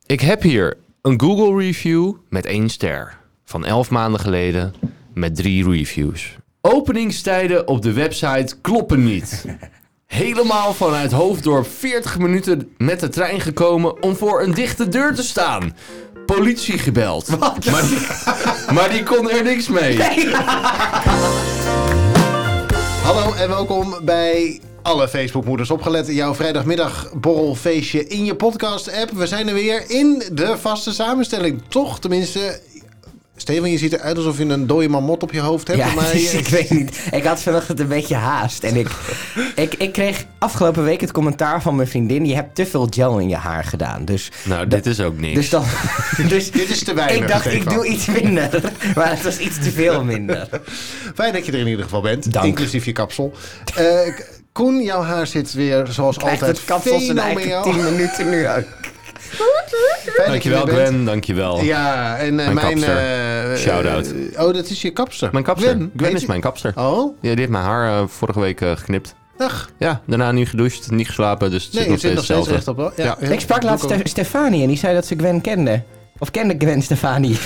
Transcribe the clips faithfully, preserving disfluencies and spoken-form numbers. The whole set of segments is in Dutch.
Ik heb hier een Google review met één ster. Van elf maanden geleden met drie reviews. Openingstijden op de website kloppen niet. Helemaal vanuit Hoofddorp veertig minuten met de trein gekomen om voor een dichte deur te staan. Politie gebeld. Wat? Maar die, maar die kon er niks mee. Nee. Hallo en welkom bij alle Facebookmoeders opgelet. Jouw vrijdagmiddag borrelfeestje in je podcast-app. We zijn er weer in de vaste samenstelling. Toch, tenminste... Steven, je ziet eruit alsof je een dode mamot op je hoofd hebt. Ja, maar je... ik weet niet. Ik had vanochtend een beetje haast. En ik, ik, ik kreeg afgelopen week het commentaar van mijn vriendin... je hebt te veel gel in je haar gedaan. Dus nou, dit is ook niks. Dus dan, dus dit is te weinig. Ik dacht, ik doe iets minder. Maar het was iets te veel minder. Fijn dat je er in ieder geval bent. Dank. Inclusief je kapsel. Uh, Koen, jouw haar zit weer zoals Krijgt altijd het kapsel zijn eigen tien minuten nu ook. Dankjewel Gwen, dankjewel. Ja, en uh, mijn... mijn uh, shout-out. Uh, oh, dat is je kapster. Mijn kapster. Gwen, Gwen is mijn kapster. Oh? Ja, die heeft mijn haar uh, vorige week uh, geknipt. Ach. Ja, daarna niet gedoucht, niet geslapen, dus het nee, zit nog steeds hetzelfde. Recht op, wel. Ja, ja. Ik sprak laatst Ste- Stefanie en die zei dat ze Gwen kende. Of kende Gwen Stefanie.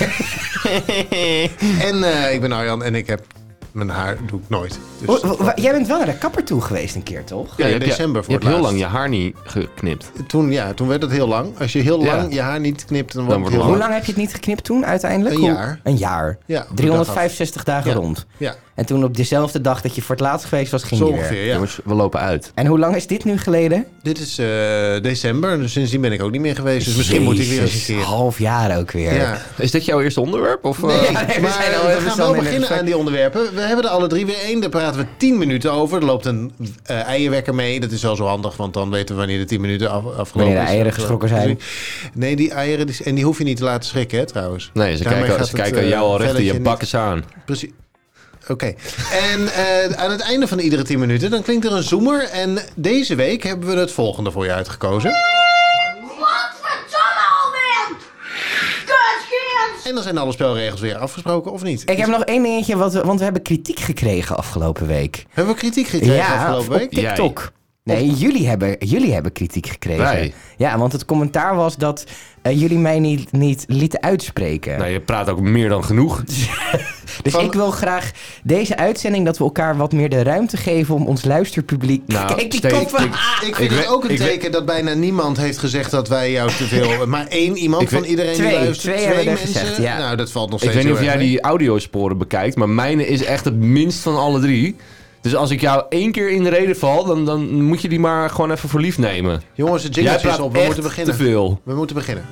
En uh, ik ben Arjan en ik heb... Mijn haar doe ik nooit. Dus o, o, jij bent wel naar de kapper toe geweest een keer, toch? Ja, in ja, december je, voor je het hebt heel laatst. lang je haar niet geknipt. Toen, ja, toen werd het heel lang. Als je heel lang ja. je haar niet knipt, dan wordt dan het heel lang. Hoe lang heb je het niet geknipt toen uiteindelijk? Een Hoe? jaar. Een jaar. Ja, driehonderdvijfenzestig dagen ja. rond. Ja. En toen op dezelfde dag dat je voor het laatst geweest was, ging Zo je ongeveer, weer. ja. Jongens, we lopen uit. En hoe lang is dit nu geleden? Dit is uh, december, dus sindsdien ben ik ook niet meer geweest. Dus misschien moet ik weer eens een keer. Half jaar ook weer. Ja. Is dit jouw eerste onderwerp? Of, nee, uh... ja, nee, we, maar zijn al, we, we gaan wel wel beginnen in aan die onderwerpen. We hebben er alle drie weer één. Daar praten we tien minuten over. Er loopt een uh, eierwekker mee. Dat is wel zo handig, want dan weten we wanneer de tien minuten af, afgelopen wanneer de is. eieren geschrokken zijn. Nee, die eieren, die, en die hoef je niet te laten schrikken, hè, trouwens. Nee, ze Daarmee kijken, ze het, kijken uh, jou al recht in je niet... bakkes aan. Precies. Oké. Okay. En uh, aan het einde van iedere tien minuten, dan klinkt er een zoomer. En deze week hebben we het volgende voor je uitgekozen. Wat verdomme alweer! Kutkind! En dan zijn alle spelregels weer afgesproken, of niet? Ik heb nog één dingetje, wat we, want we hebben kritiek gekregen afgelopen week. Hebben we kritiek gekregen ja, afgelopen op week? TikTok. Jij. Nee, jullie hebben, jullie hebben kritiek gekregen. Wij? Ja, want het commentaar was dat uh, jullie mij niet, niet lieten uitspreken. Nou, je praat ook meer dan genoeg. Dus Van... ik wil graag deze uitzending dat we elkaar wat meer de ruimte geven om ons luisterpubliek... Nou, Kijk die Steek, koppen! Ik, ik vind Ik het we- ook een ik we- teken dat bijna niemand heeft gezegd dat wij jou te veel... Maar één iemand Ik van weet- iedereen Twee, die luistert. twee hebben er mensen. gezegd, ja. Nou, dat valt nog Ik steeds weet niet of heel jij erg mee. die audiosporen bekijkt, maar mijne is echt het minst van alle drie. Dus als ik jou één keer in de reden val, dan, dan moet je die maar gewoon even voor lief nemen. Jongens, het Jij jingle is praat op. We echt moeten beginnen. te veel. We moeten beginnen.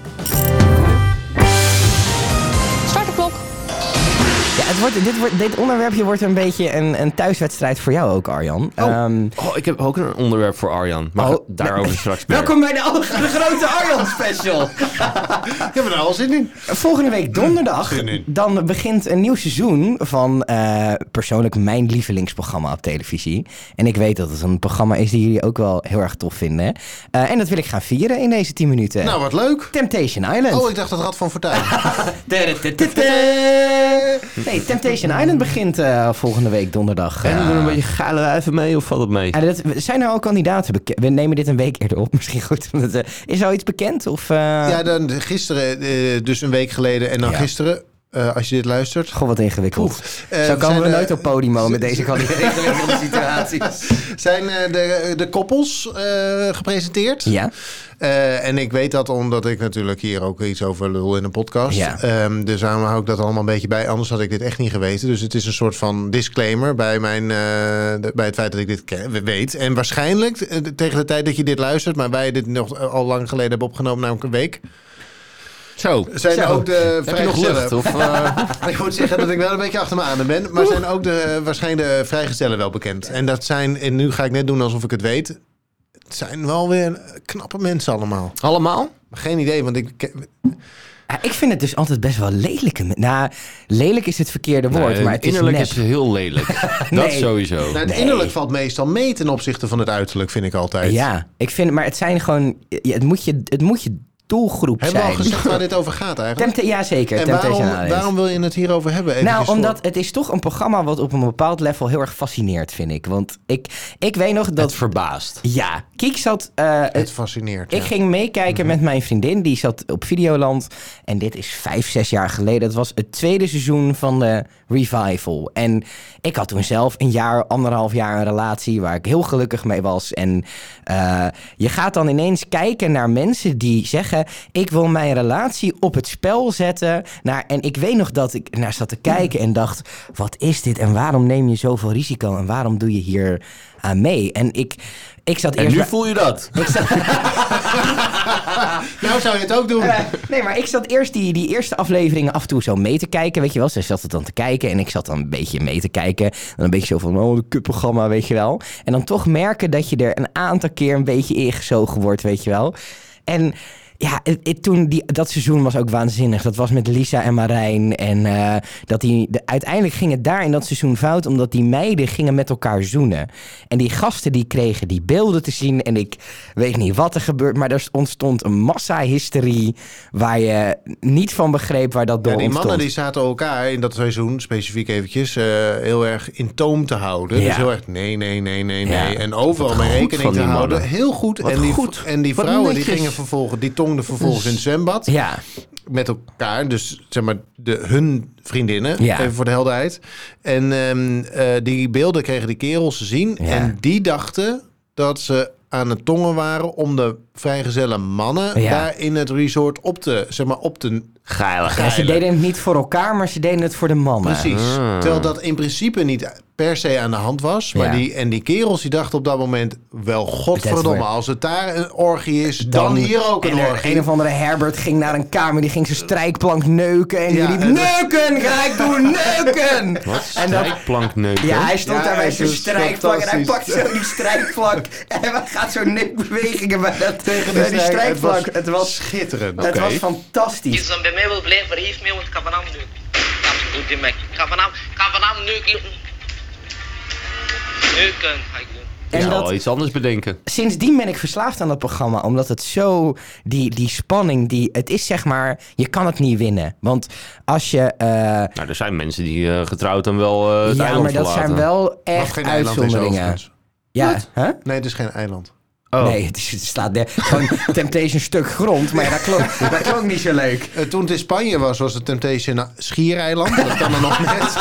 Start de klok. Ja, het wordt, dit, wordt, dit onderwerpje wordt een beetje een, een thuiswedstrijd voor jou ook, Arjan. Oh. Um, Oh, ik heb ook een onderwerp voor Arjan. Maar Oh, daarover nee. straks meer. welkom bij de, de grote Arjan special. Ik heb er al zin in. Volgende week donderdag, Zin in. dan begint een nieuw seizoen van uh, persoonlijk mijn lievelingsprogramma op televisie. En ik weet dat het een programma is die jullie ook wel heel erg tof vinden. Uh, en dat wil ik gaan vieren in deze tien minuten. Nou, wat leuk. Temptation Island. Oh, ik dacht dat Rad van Fortuin. Nee, Temptation Island begint uh, volgende week donderdag. En Uh, doen een beetje geilen even mee of valt het mee? en dat, zijn er al kandidaten bekend? We nemen dit een week eerder op, misschien goed. Omdat, uh, is er al iets bekend? Of, uh... Ja, dan gisteren, uh, dus een week geleden en dan Ja. gisteren, uh, als je dit luistert. Goh, wat ingewikkeld. Uh, Zo zijn komen we de- nooit op Podimo met deze ingewikkelde situaties. Zijn uh, de, de koppels uh, gepresenteerd. Ja. Uh, en ik weet dat omdat ik natuurlijk hier ook iets over lul in een podcast. Ja. Um, dus daarom hou ik dat allemaal een beetje bij. Anders had ik dit echt niet geweten. Dus het is een soort van disclaimer bij, mijn, uh, de, bij het feit dat ik dit ken, weet. En waarschijnlijk uh, tegen de tijd dat je dit luistert... maar wij dit nog al lang geleden hebben opgenomen, namelijk een week... Zo. Zijn Zo. er ook de Heb je nog lucht? vrijgezellen... Of, uh... Ik moet zeggen dat ik wel een beetje achter me aan ben. Maar zijn ook de, uh, waarschijnlijk de vrijgezellen wel bekend. En dat zijn, en nu ga ik net doen alsof ik het weet... Het zijn wel weer knappe mensen allemaal. Allemaal? Geen idee, want ik... Ja, ik vind het dus altijd best wel lelijke... me- Nou, lelijk is het verkeerde woord, Nee, maar het is innerlijk nep. is heel lelijk. Nee. Dat sowieso. Nou, het Nee. innerlijk valt meestal mee ten opzichte van het uiterlijk, vind ik altijd. Ja, ik vind, maar het zijn gewoon... ja, Het moet je, het moet je doelgroep Hebben we zijn. al gezegd waar dit over gaat eigenlijk? Tempt- ja, zeker. En Temptation waarom, Island. waarom wil je het hierover hebben? Nou, Eventjes omdat voor- het is toch een programma wat op een bepaald level heel erg fascineert, vind ik. Want ik, ik weet nog dat... Dat verbaast. Ja, Kiek zat... uh, Het fascineert, Ik ja. ging meekijken met mijn vriendin, die zat op Videoland. En dit is vijf, zes jaar geleden. Het was het tweede seizoen van de revival. En ik had toen zelf een jaar, anderhalf jaar een relatie waar ik heel gelukkig mee was. En uh, je gaat dan ineens kijken naar mensen die zeggen... ik wil mijn relatie op het spel zetten. Naar, en ik weet nog dat ik naar zat te kijken en dacht... wat is dit en waarom neem je zoveel risico en waarom doe je hier aan mee? En ik... Ik zat En eerst nu bij- voel je dat. ik zat, Nou zou je het ook doen. Uh, nee, maar ik zat eerst die, die eerste afleveringen af en toe zo mee te kijken, weet je wel. Ze zat het dan te kijken en ik zat dan een beetje mee te kijken. Dan een beetje zo van, oh, de kutprogramma, weet je wel. En dan toch merken dat je er een aantal keer een beetje ingezogen wordt, weet je wel. En... Ja, het, het, toen die, dat seizoen was ook waanzinnig. Dat was met Lisa en Marijn. En uh, dat die, de, uiteindelijk ging het daar in dat seizoen fout... omdat die meiden gingen met elkaar zoenen. En die gasten die kregen die beelden te zien... en ik weet niet wat er gebeurt... maar er ontstond een massa-hysterie... waar je niet van begreep waar dat door Ja, die ontstond. mannen die zaten elkaar in dat seizoen, specifiek eventjes, uh, heel erg in toom te houden. Ja. Dus heel erg nee, nee, nee, nee, nee. Ja. En overal Wat mee goed rekening van te die houden. mannen. Heel goed. Wat en die, goed. En die Wat vrouwen die netjes. gingen vervolgens, die tongden vervolgens in het zwembad. Ja, Met elkaar, dus zeg maar de, hun vriendinnen, Ja. even voor de helderheid. En um, uh, die beelden kregen die kerels te zien. Ja. En die dachten dat ze aan het tongen waren om de vrijgezelle mannen Ja. daar in het resort op te, zeg maar, op te Geilig. ja, ze geilen. deden het niet voor elkaar, maar ze deden het voor de mannen. Precies. Ah. Terwijl dat in principe niet per se aan de hand was. Maar Ja. die, en die kerels die dachten op dat moment... wel godverdomme, waar. als het daar een orgie is... dan, hier ook een en er- orgie. Een of andere Herbert ging naar een kamer, die ging zijn strijkplank neuken. En die Ja, riep, en dat- neuken, ga ik doen, neuken! Wat? En dat, Strijkplank neuken? ja, hij stond Ja, daar bij het zijn is strijkplank en hij pakt fantastisch. zo die strijkplank. En hij gaat zo neukbewegingen bij, dat, Tegen bij die strijk- strijkplank. Het Het was was, schitterend. het Oké. was fantastisch. Als je bij mij wil blijven, vergeef mij, want ik ga vanavond neuken. Absoluut, die Mac. Ik ga vanavond, ik ga vanavond neuken. Neuken ga ik doen. En En ja, dat, wel iets anders bedenken. sindsdien ben ik verslaafd aan dat programma. Omdat het zo, die, die spanning, die, het is zeg maar, je kan het niet winnen. Want als je... eh, Nou, er zijn mensen die uh, getrouwd dan wel uh, het ja, eiland maar dat verlaten. zijn wel Wat echt geen eiland is uitzonderingen. overigens. Ja, huh? Nee, het is geen eiland. Oh. Nee, het, is, het staat er gewoon Temptation stuk grond, maar ja, dat, klonk, dat klonk niet zo leuk. Uh, toen het in Spanje was, was het Temptation Schiereiland. Dat kan er nog net.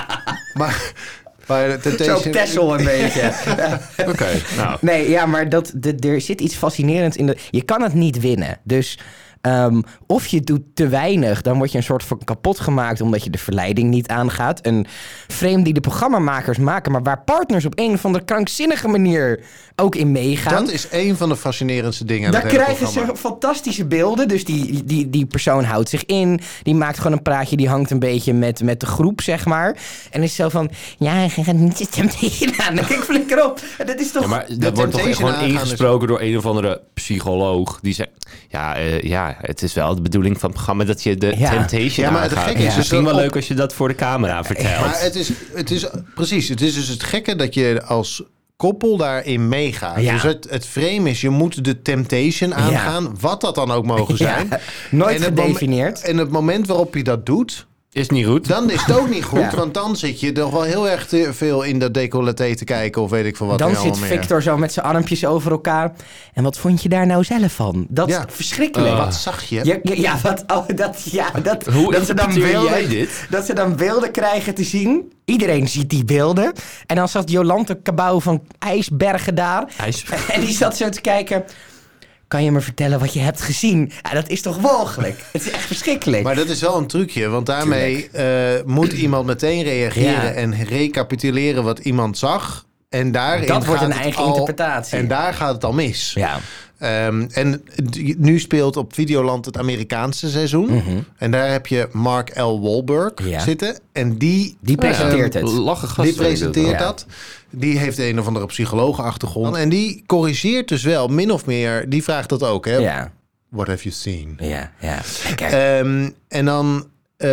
Maar, maar de Zo Temptation... op Texel een beetje. Oké, nou. Nee, ja, maar dat, de, er zit iets fascinerends in. De, je kan het niet winnen. Dus um, of je doet te weinig, dan word je een soort van kapot gemaakt omdat je de verleiding niet aangaat. Een frame die de programmamakers maken, maar waar partners op een of andere krankzinnige manier ook in meegaan. Dat is een van de fascinerendste dingen aan Dan het hele krijgen programma. ze fantastische beelden. Dus die, die, die persoon houdt zich in. Die maakt gewoon een praatje. Die hangt een beetje met, met de groep, zeg maar. En is zo van... Ja, je gaat niet de Temptation aan. Dan denk ik, flikker op. Dat is toch... Ja, maar dat wordt toch Temptation gewoon aangaan is- ingesproken door een of andere psycholoog. Die zegt, ja, uh, ja, het is wel de bedoeling van het programma dat je de Ja. Temptation Ja, maar het aangaat. gekke Het is is dus misschien wel dat leuk op- als je dat voor de camera vertelt. Maar het is, het is precies, het is dus het gekke dat je als koppel daarin meegaat. Ja. Dus het, het frame is, je moet de Temptation aangaan, wat dat dan ook mogen zijn. Ja, nooit En het mom- gedefinieerd. En het moment waarop je dat doet, Is niet goed. dan is het ook niet goed. Ja. Want dan zit je toch wel heel erg te veel in dat decolleté te kijken of weet ik veel wat. Dan er zit allemaal meer. Victor zo met zijn armpjes over elkaar. En wat vond je daar nou zelf van? Dat Ja. is verschrikkelijk. Uh, Wat zag je? Ja, ja, ja, wat, oh, dat, ja, dat, Hoe dat, ze dan interpreteer beelden, jij dit? dat ze dan beelden krijgen te zien. Iedereen ziet die beelden. En dan zat Jolante Cabau van IJsbergen daar. Hij is... En die zat zo te kijken. Kan je me vertellen wat je hebt gezien? Ja, dat is toch walgelijk? Het is echt verschrikkelijk. Maar dat is wel een trucje, want daarmee eh, moet iemand meteen reageren Ja. en recapituleren wat iemand zag. En daarin Dat wordt gaat een het eigen al- interpretatie. En daar gaat het al mis. ja. Um, en d- nu speelt op Videoland het Amerikaanse seizoen. En daar heb je Mark L. Wahlberg Ja. zitten. En die, Die presenteert ehm, het. Lachen gasten. die presenteert Ja. dat. Die heeft een of andere psychologenachtergrond. En die corrigeert dus wel, min of meer. Die vraagt dat ook, hè? Ja, What have you seen? ja, ja. Lekker. Um, en dan...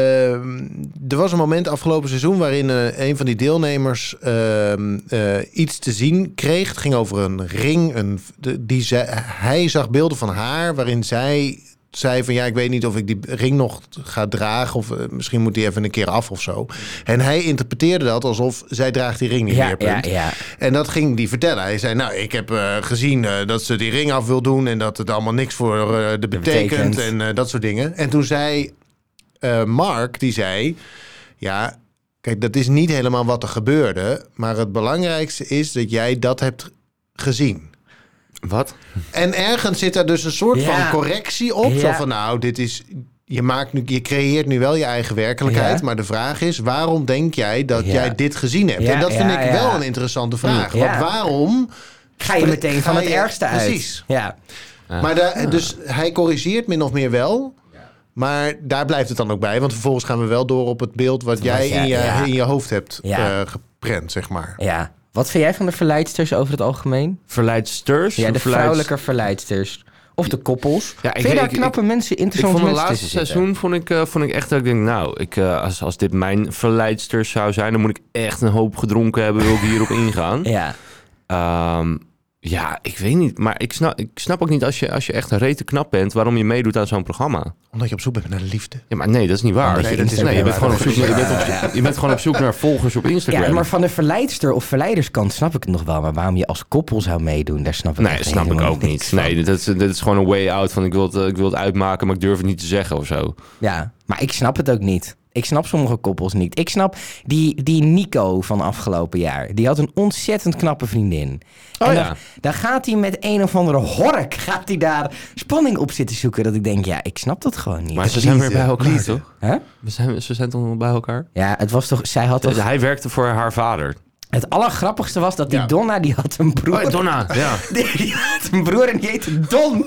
Um, er was een moment afgelopen seizoen waarin uh, een van die deelnemers um, uh, iets te zien kreeg. Het ging over een ring. Een, de, die ze, hij zag beelden van haar waarin zij zei van ja, ik weet niet of ik die ring nog ga dragen of uh, misschien moet die even een keer af of zo. En hij interpreteerde dat alsof zij draagt die ring niet Ja, meer. Punt. ja, ja. En dat ging die vertellen. Hij zei nou, ik heb uh, gezien uh, dat ze die ring af wil doen en dat het allemaal niks voor uh, de betekent, betekent. en uh, dat soort dingen. En toen zei uh, Mark, die zei ja, kijk, dat is niet helemaal wat er gebeurde, maar het belangrijkste is dat jij dat hebt gezien. Wat? En ergens zit er dus een soort Ja. van correctie op. Ja. Zo van, nou, dit is... Je, maakt nu, je creëert nu wel je eigen werkelijkheid. Ja. Maar de vraag is, waarom denk jij dat Ja. jij dit gezien hebt? Ja, en dat vind ja, ik ja. wel een interessante vraag. Ja. Want waarom... Ga je meteen Ga van het je- ergste uit. Precies. Ja. Maar daar, dus hij corrigeert min of meer wel... Maar daar blijft het dan ook bij. Want vervolgens gaan we wel door op het beeld... wat jij jij- in je, ja. in je hoofd hebt Ja. uh, geprent, zeg maar. ja. Wat vind jij van de verleidsters over het algemeen? Verleidsters? Ja, de Of verleids- vrouwelijke verleidsters. Of de koppels. Ja, ik vind je daar weet- ik- knappe mensen, Ik interessante vond het mensen laatste tussen zitten? seizoen vond ik, uh, vond ik echt dat ik denk, nou, ik, uh, als, als dit mijn verleidster zou zijn, dan moet ik echt een hoop gedronken hebben, wil ik hierop ingaan. Ja. Ehm, ja, ik weet niet. Maar ik snap, ik snap ook niet als je, als je echt rete knap bent, waarom je meedoet aan zo'n programma. Omdat je op zoek bent naar de liefde. Ja, maar nee, dat is niet waar. Omdat je Nee, dat is, Instagram nee, je, bent gewoon op hebt. zoek naar, je, bent op, je bent gewoon op zoek naar volgers op Instagram. Ja, maar van de verleidster of verleiderskant snap ik het nog wel. Maar waarom je als koppel zou meedoen, daar snap ik Nee, echt dat snap ik helemaal ook niks niet. van. Nee, dat is, dat is gewoon een way out van ik wil, het, uh, ik wil het uitmaken, maar ik durf het niet te zeggen of zo. Ja, maar ik snap het ook niet. Ik snap sommige koppels niet. Ik snap die, die Nico van afgelopen jaar. Die had een ontzettend knappe vriendin. Oh en ja. dan, dan gaat hij met een of andere hork... gaat hij daar spanning op zitten zoeken. Dat ik denk, ja, ik snap dat gewoon niet. Maar ze zijn weer bij elkaar, Liefde. toch? Hè? We zijn, ze zijn toch nog bij elkaar? Ja, het was toch... Zij had toch... Hij werkte voor haar vader. Het allergrappigste was dat die Ja. Donna, die had een broer. Oh, ja, Donna. Ja. Die, die had een broer en die heette Don.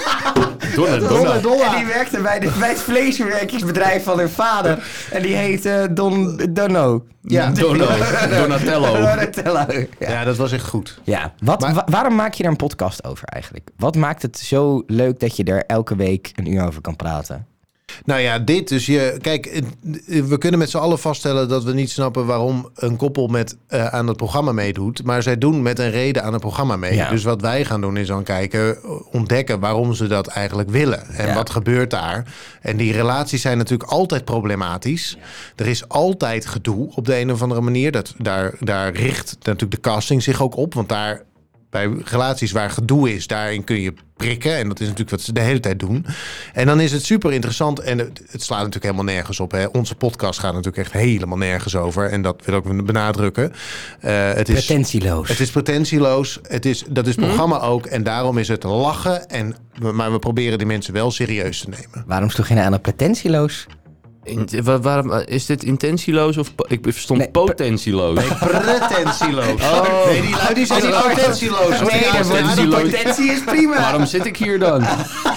Donna, Donna, Donna. En die werkte bij, de, bij het vleesverwerkingsbedrijf van hun vader. En die heette Don Dono. Ja, Dono. Donatello. Donatello. Ja. Ja, dat was echt goed. Ja, wat, Maar- wa- waarom maak je daar een podcast over eigenlijk? Wat maakt het zo leuk dat je er elke week een uur over kan praten? Nou ja, dit dus. Je, kijk, het- we kunnen met z'n allen vaststellen dat we niet snappen waarom een koppel met, uh, aan het programma meedoet. Maar zij doen met een reden aan het programma mee. Ja. Dus wat wij gaan doen is dan kijken, ontdekken waarom ze dat eigenlijk willen. En Ja. wat gebeurt daar. En die relaties zijn natuurlijk altijd problematisch. Er is altijd gedoe op de een of andere manier. Dat, daar, daar richt natuurlijk de casting zich ook op. Want daar... Bij relaties waar gedoe is, daarin kun je prikken. En dat is natuurlijk wat ze de hele tijd doen. En dan is het super interessant. En het, het slaat natuurlijk helemaal nergens op. Hè. Onze podcast gaat natuurlijk echt helemaal nergens over. En dat wil ik ook benadrukken. Uh, het is, Pretentieloos. het is pretentieloos. Het is, dat is het programma ook. En daarom is het lachen. En, maar we proberen die mensen wel serieus te nemen. Waarom sloeg je nou aan op pretentieloos? In, wa- waarom, is dit intentieloos of... po- Ik verstond Nee, potentieloos. Pretentieloos. Nee, die lui die zijn niet pretentieloos. hoor. Nee, Die dat zijn wordt- niet die pretentieloos. potentie is prima. Waarom zit ik hier dan?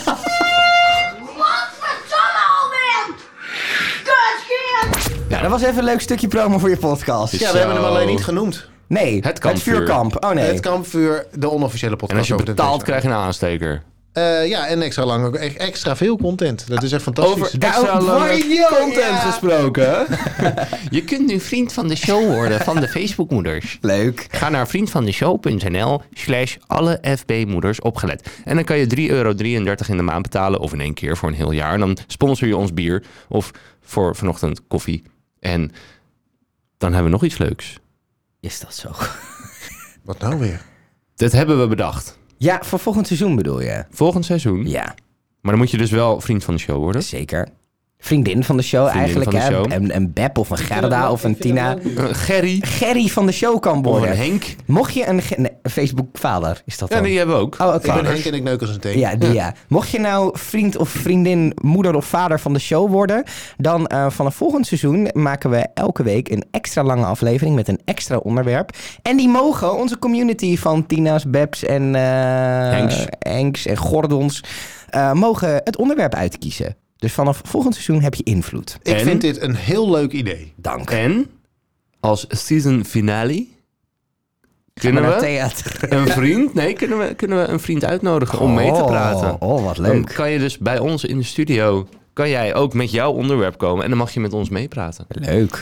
Godverdomme, Alwin! Kutskind! Ja, dat was even een leuk stukje promo voor je podcast. Ja, we hebben hem alleen niet genoemd. Nee, Het kampvuur. vuurkamp. Oh nee. Het kampvuur, de onofficiële podcast. En als je over de betaalt, Tesla. krijg je een aansteker. Uh, ja, en extra lang ook e- extra veel content. Dat is echt fantastisch. Over Nou, extra lange boy, content ja. gesproken. Je kunt nu vriend van de show worden van de Facebookmoeders. Leuk. Ga naar vriendvandeshow.nl slash alle F B-moeders opgelet. En dan kan je drie euro drieëndertig in de maand betalen. Of in één keer voor een heel jaar. En dan sponsor je ons bier. Of voor vanochtend koffie. En dan hebben we nog iets leuks. Is dat zo? Wat nou weer? Dat hebben we bedacht. Ja, voor volgend seizoen bedoel je? Volgend seizoen. Ja, Maar dan moet je dus wel vriend van de show worden. zeker. Vriendin van de show Vriendin eigenlijk. van de hè? show. Een, een Beb of een Gerda of een Tina. Uh, Gerry. Gerry van de show kan Of worden. een Henk. Mocht je een, ge- nee, een Facebook-vader, is dat Ja, dan? die hebben we ook. Oh, oké. Ik ben Henk en ik neuk als een teen. Ja, die ja. Mocht je nou vriend of vriendin, moeder of vader van de show worden, dan uh, vanaf volgend seizoen maken we elke week een extra lange aflevering met een extra onderwerp. En die mogen onze community van Tina's, Bebs en uh, Henks. Henks en Gordons uh, mogen het onderwerp uitkiezen. Dus vanaf volgend seizoen heb je invloed. Ik En? vind dit een heel leuk idee. Dank. En als season finale kunnen naar we theater. een vriend, nee, kunnen we, kunnen we een vriend uitnodigen om mee te praten. Oh, oh, wat Dan leuk. kan je dus bij ons in de studio, kan jij ook met jouw onderwerp komen en dan mag je met ons meepraten. Leuk.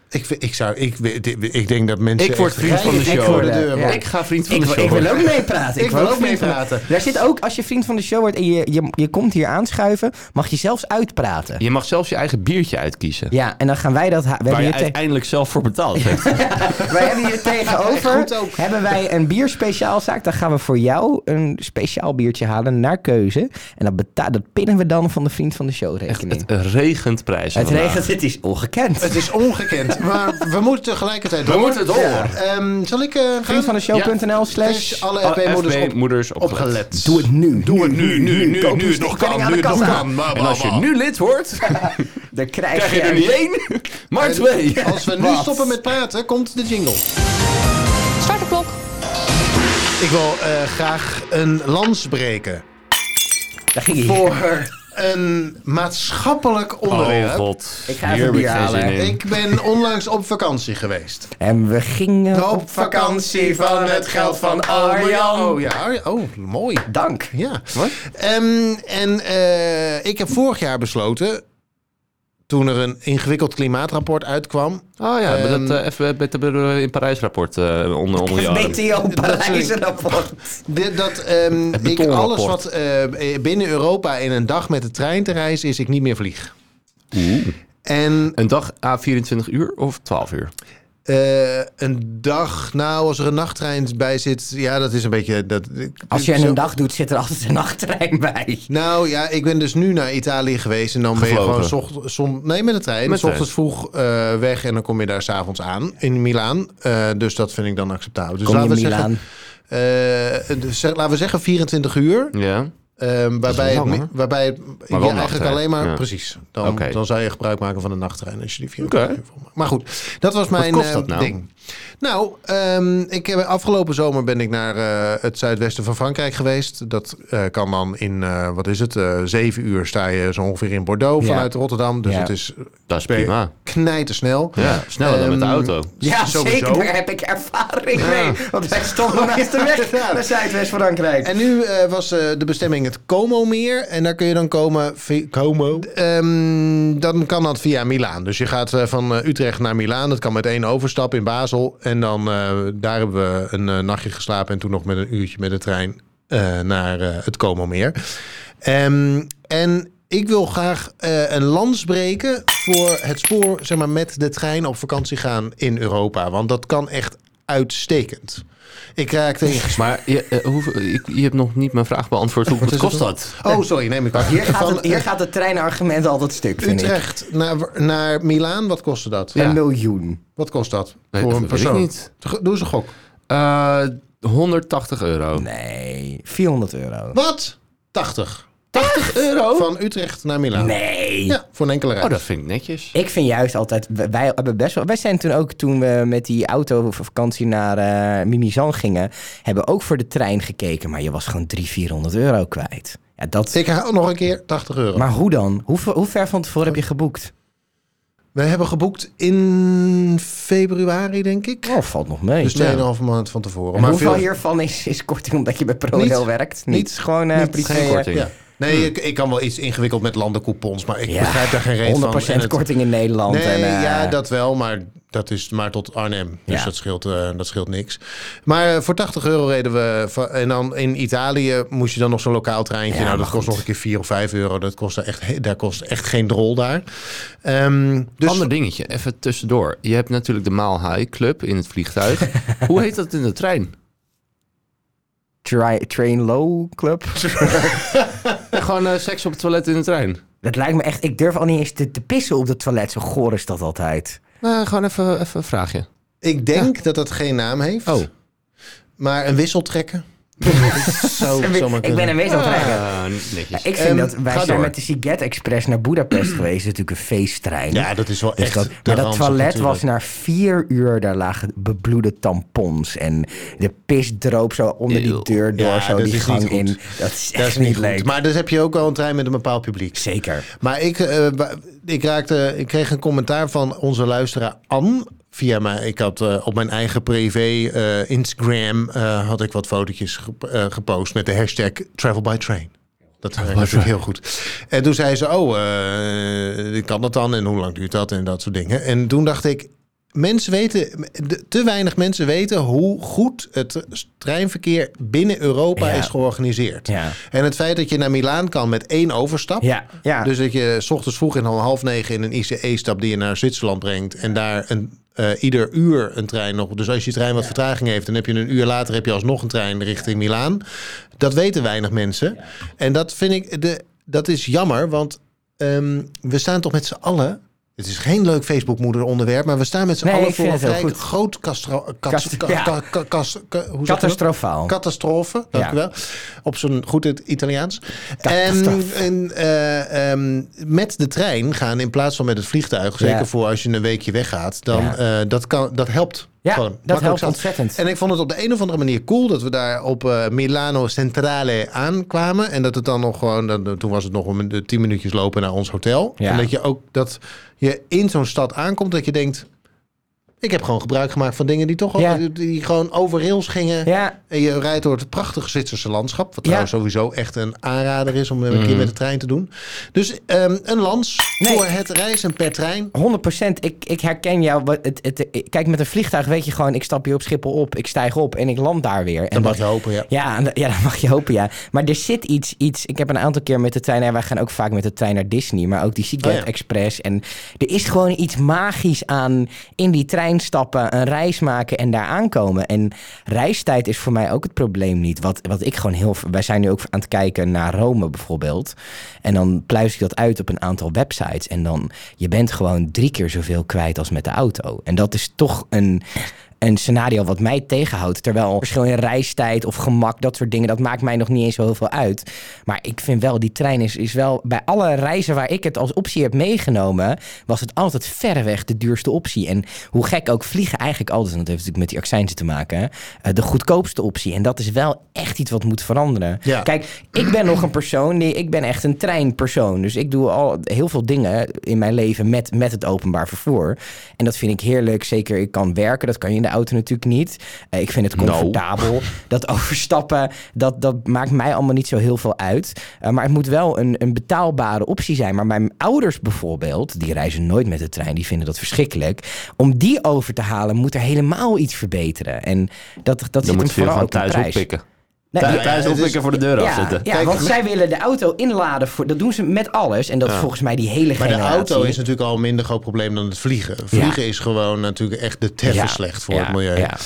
Ik, ik, zou, ik, ik denk dat mensen... Ik word echt vriend van de rijden show. voor de deur. Ja. man. Ik ga vriend van Ik, de wil- show ik wil worden. ook meepraten. Ik wil ook vriend van- meepraten. Daar zit ook, als je vriend van de show wordt en je, je, je komt hier aanschuiven, mag je zelfs uitpraten. Je mag zelfs je eigen biertje uitkiezen. Ja, en dan gaan wij dat... ha- We Waar hebben je hier te- uiteindelijk zelf voor betaald hebt. wij hebben hier tegenover Goed ook. hebben wij een bierspeciaalzaak. Dan gaan we voor jou een speciaal biertje halen naar keuze. En dat, beta- dat pinnen we dan van de vriend van de show rekening. Het regent prijzen. Het regent, het is ongekend. Het is ongekend, maar we moeten tegelijkertijd door. We moeten door. Ja. Ehm, zal ik uh, gaan? Vriendvandeshow.nl slash... Slash alle F B-moeders op, moeders opgelet. Doe het nu. Doe het nu, nu, nu, Koop nu een het nog stickpenning kan, aan nu de het nog kassa. kan. Bah, En bah, als je bah. nu lid wordt, Dan krijg, krijg je er niet één, maar En twee. Als we nu Wat? stoppen met praten, komt de jingle. Start de klok. Ik wil uh, graag een lans breken Daar ging hij. voor een maatschappelijk onderwerp. Oh god. Ik ga even Hier heb bier ik geen halen. zin in. Ik ben onlangs op vakantie geweest. En we gingen op vakantie van het geld van Arjan. Oh ja, Arjan. Oh, mooi. Dank. Ja. Wat? Ehm, en uh, ik heb vorig jaar besloten, toen er een ingewikkeld klimaatrapport uitkwam. Oh ja, Ehm, dat uh, F B T in Parijs rapport uh, onder, onder je arm. B T O Parijs rapport. Dit, dat um, Het ik betonrapport. alles wat uh, binnen Europa in een dag met de trein te reizen is, ik niet meer vlieg. Oeh. En Een dag à vierentwintig uur of twaalf uur? uh, een dag, nou, als er een nachttrein bij zit, ja, dat is een beetje... Dat, Als je zo- een dag doet, zit er altijd een nachttrein bij. Nou ja, ik ben dus nu naar Italië geweest en dan ben je Gevlogen. gewoon... Zocht, som, nee, met de trein. Met S ochtends vroeg uh, weg en dan kom je daar s'avonds aan in Milaan. Uh, dus dat vind ik dan acceptabel. Dus Kom je laten we Milaan? zeggen, uh, dus, laten we zeggen vierentwintig uur. Ja. Um, waarbij, lang, het, hoor. waarbij het, Maar je wel eigenlijk nachttrein, alleen maar... ja. Precies. Dan, Oké. dan zou je gebruik maken van de nachttrein als je die vierentwintig Oké. uur volmaakt. Maar goed, dat was mijn kost uh, dat nou? ding. Nou, um, ik heb, afgelopen zomer ben ik naar uh, het zuidwesten van Frankrijk geweest. Dat uh, kan dan in, uh, wat is het, uh, zeven uur sta je zo ongeveer in Bordeaux Ja. vanuit Rotterdam. Dus Ja. het is Dat is prima. knijtersnel. Ja, sneller dan met de Ehm, auto. Ja, Sowieso. zeker. Daar heb ik ervaring mee. Want wij stonden naast de weg Ja. naar Zuidwest-Frankrijk. En nu uh, was uh, de bestemming het Como-meer. En daar kun je dan komen... via Como. Um, dan kan dat via Milaan. Dus je gaat uh, van uh, Utrecht naar Milaan. Dat kan met één overstap in Basel. En dan uh, daar hebben we een uh, nachtje geslapen. En toen nog met een uurtje met de trein uh, naar uh, het Como-meer. Um, en ik wil graag uh, een lans breken voor het spoor, zeg maar, met de trein op vakantie gaan in Europa. Want dat kan echt uitstekend. Ik raakte in gesprek. Maar je, uh, hoeveel, je, je hebt nog niet mijn vraag beantwoord. Hoeveel Wat is kost het dat? Oh, sorry, neem ik waar. Hier gaat, Van het, hier gaat het treinargument altijd stuk, vind ik. Utrecht naar, naar Milaan, wat kostte dat? Een Ja. miljoen. Wat kost dat Nee, voor dat een weet ik persoon? niet. Doe eens een gok. Uh, honderdtachtig euro. Nee, vierhonderd euro. Wat? tachtig. tachtig euro? Van Utrecht naar Milaan. Nee. Ja, voor een enkele reis. Oh, dat vind ik netjes. Ik vind juist altijd, wij hebben best wel, wij zijn toen ook, toen we met die auto voor vakantie naar uh, Mimizan gingen, hebben ook voor de trein gekeken, maar je was gewoon driehonderd, vierhonderd euro kwijt. Ja, dat... Ik haal nog een keer tachtig euro. Maar hoe dan? Hoe, hoe ver van tevoren heb je geboekt? We hebben geboekt in februari, denk ik. Oh, valt nog mee. Dus Ja. tweeënhalve maand van tevoren. En maar hoeveel veel... hiervan is, is korting omdat je bij ProRail Niet. werkt? Niet. Niet, gewoon uh, Niet. privé. Geen korting. Ja. Nee, ik, ik kan wel iets ingewikkeld met landencoupons, maar ik Ja, begrijp daar geen reet van. honderd procent En het- korting in Nederland. Nee, en, uh, ja, dat wel, maar dat is maar tot Arnhem. Dus Ja. dat, scheelt, uh, dat scheelt niks. Maar uh, voor tachtig euro reden we... va- En dan in Italië moest je dan nog zo'n lokaal treintje. Ja, nou, dat maar kost goed. nog een keer vier of vijf euro. Dat kost echt, he- daar kost echt geen drol daar. Um, dus Ander dingetje, even tussendoor. Je hebt natuurlijk de Mile High Club in het vliegtuig. Hoe heet dat in de trein? Tri- Train Low Club. Ja, gewoon uh, seks op het toilet in de trein. Dat lijkt me echt... Ik durf al niet eens te, te pissen op het toilet. Zo goor is dat altijd. Nou, gewoon even, even een vraagje. ik denk dat dat geen naam heeft. Oh. Maar een wissel trekken. Zo, ik zomaar ben een wees aan het trekken. Ah, netjes. Ik vind Ehm, dat... Wij ga zijn door. met de Siget Express naar Budapest geweest. Dat is natuurlijk een feesttrein. Ja, dat is wel Dus echt... dat, de maar dat ranzig toilet natuurlijk. was na vier uur, daar lagen bebloede tampons. En de pis droop zo onder die Eeuw. deur door, Ja, zo dat die is gang niet goed. in. Dat is echt Dat is niet leuk. goed. Maar dus heb je ook wel een trein met een bepaald publiek. Zeker. Maar ik, uh, ik, raakte, ik kreeg een commentaar van onze luisteraar Anne. Via mij, ik had uh, op mijn eigen privé uh, Instagram uh, had ik wat fotootjes gep- uh, gepost met de hashtag Travel by Train. Dat werkt natuurlijk heel goed. En toen zei ze, oh, uh, kan dat dan? En hoe lang duurt dat? En dat soort dingen. En toen dacht ik, mensen weten, de- te weinig mensen weten hoe goed het treinverkeer binnen Europa Ja. is georganiseerd. Ja. En het feit dat je naar Milaan kan met één overstap. Ja, ja. Dus dat je 's ochtends vroeg in om half negen in een I C E stapt die je naar Zwitserland brengt. En daar een, uh, ieder uur een trein nog. Dus als je trein wat vertraging heeft, dan heb je een uur later heb je alsnog een trein richting Milaan. Dat weten weinig mensen. Ja. En dat vind ik, de, dat is jammer, want um, we staan toch met z'n allen. Het is geen leuk Facebook-moeder onderwerp, maar we staan met z'n Nee, allen ik voor vind een het heel vrij goed. groot castro- kas- Kast- ka- ja. ka- ka- kas- ka- hoe zeg je dat? Catastrofaal. Catastrofe, dank Ja. u wel. Op zo'n goed het Italiaans. En, Catastrofe. en uh, um, met de trein gaan in plaats van met het vliegtuig, zeker Ja. voor als je een weekje weggaat, dan Ja. uh, dat, kan, dat helpt. Ja, Gewoon dat makkelijk helpt zat. ontzettend. En ik vond het op de een of andere manier cool dat we daar op uh, Milano Centrale aankwamen. En dat het dan nog gewoon, dat, toen was het nog om tien minuutjes lopen naar ons hotel. Ja. En dat je ook dat je in zo'n stad aankomt, dat je denkt, ik heb gewoon gebruik gemaakt van dingen die toch al, Ja. die, die gewoon over rails gingen. Ja, En je rijdt door het prachtige Zwitserse landschap. Wat Ja. trouwens sowieso echt een aanrader is om een Mm. keer met de trein te doen. Dus um, een lans Nee. voor het reizen per trein. honderd procent. Ik, ik herken jou. Wat- Het, het, het- kijk, met een vliegtuig weet je gewoon, ik stap hier op Schiphol op, ik stijg op en ik land daar weer. En Dat mag je hopen, ja. Ja, en- ja, dat mag je hopen, ja. Maar er zit iets, iets... Ik heb een aantal keer met de trein... En wij gaan ook vaak met de trein naar Disney. Maar ook die SeaGet Oh ja. Express. En er is gewoon iets magisch aan in die trein stappen, een reis maken en daar aankomen. En reistijd is voor mij ook het probleem niet. Wat, wat ik gewoon heel... Wij zijn nu ook aan het kijken naar Rome bijvoorbeeld. En dan pluis ik dat uit op een aantal websites. En dan... Je bent gewoon drie keer zoveel kwijt als met de auto. En dat is toch een... een scenario wat mij tegenhoudt. Terwijl verschil in reistijd of gemak, dat soort dingen, dat maakt mij nog niet eens zo heel veel uit. Maar ik vind wel, die trein is, is wel... Bij alle reizen waar ik het als optie heb meegenomen, was het altijd verreweg de duurste optie. En hoe gek ook, vliegen eigenlijk altijd, en dat heeft natuurlijk met die accijnzen te maken, uh, de goedkoopste optie. En dat is wel echt iets wat moet veranderen. Ja. Kijk, ik ben nog een persoon, die, ik ben echt een treinpersoon. Dus ik doe al heel veel dingen in mijn leven met, met het openbaar vervoer. En dat vind ik heerlijk. Zeker, ik kan werken, dat kan je in de auto natuurlijk niet. Uh, ik vind het comfortabel. No. Dat overstappen, dat, dat maakt mij allemaal niet zo heel veel uit. Uh, maar het moet wel een, een betaalbare optie zijn. Maar mijn ouders bijvoorbeeld, die reizen nooit met de trein, die vinden dat verschrikkelijk. Om die over te halen, moet er helemaal iets verbeteren. En dat, dat zit hem vooral ook in de prijs. Oppikken. Nee, Thuis, ja, thuis het is- oppikken voor de deur ja, afzetten. ja, Kijk, want maar- zij willen de auto inladen. Voor, dat doen ze met alles. En dat is Ja. volgens mij die hele Maar de generatie. auto is natuurlijk al een minder groot probleem dan het vliegen. Vliegen is gewoon natuurlijk echt de terre Ja. slecht voor Ja, het milieu. ja.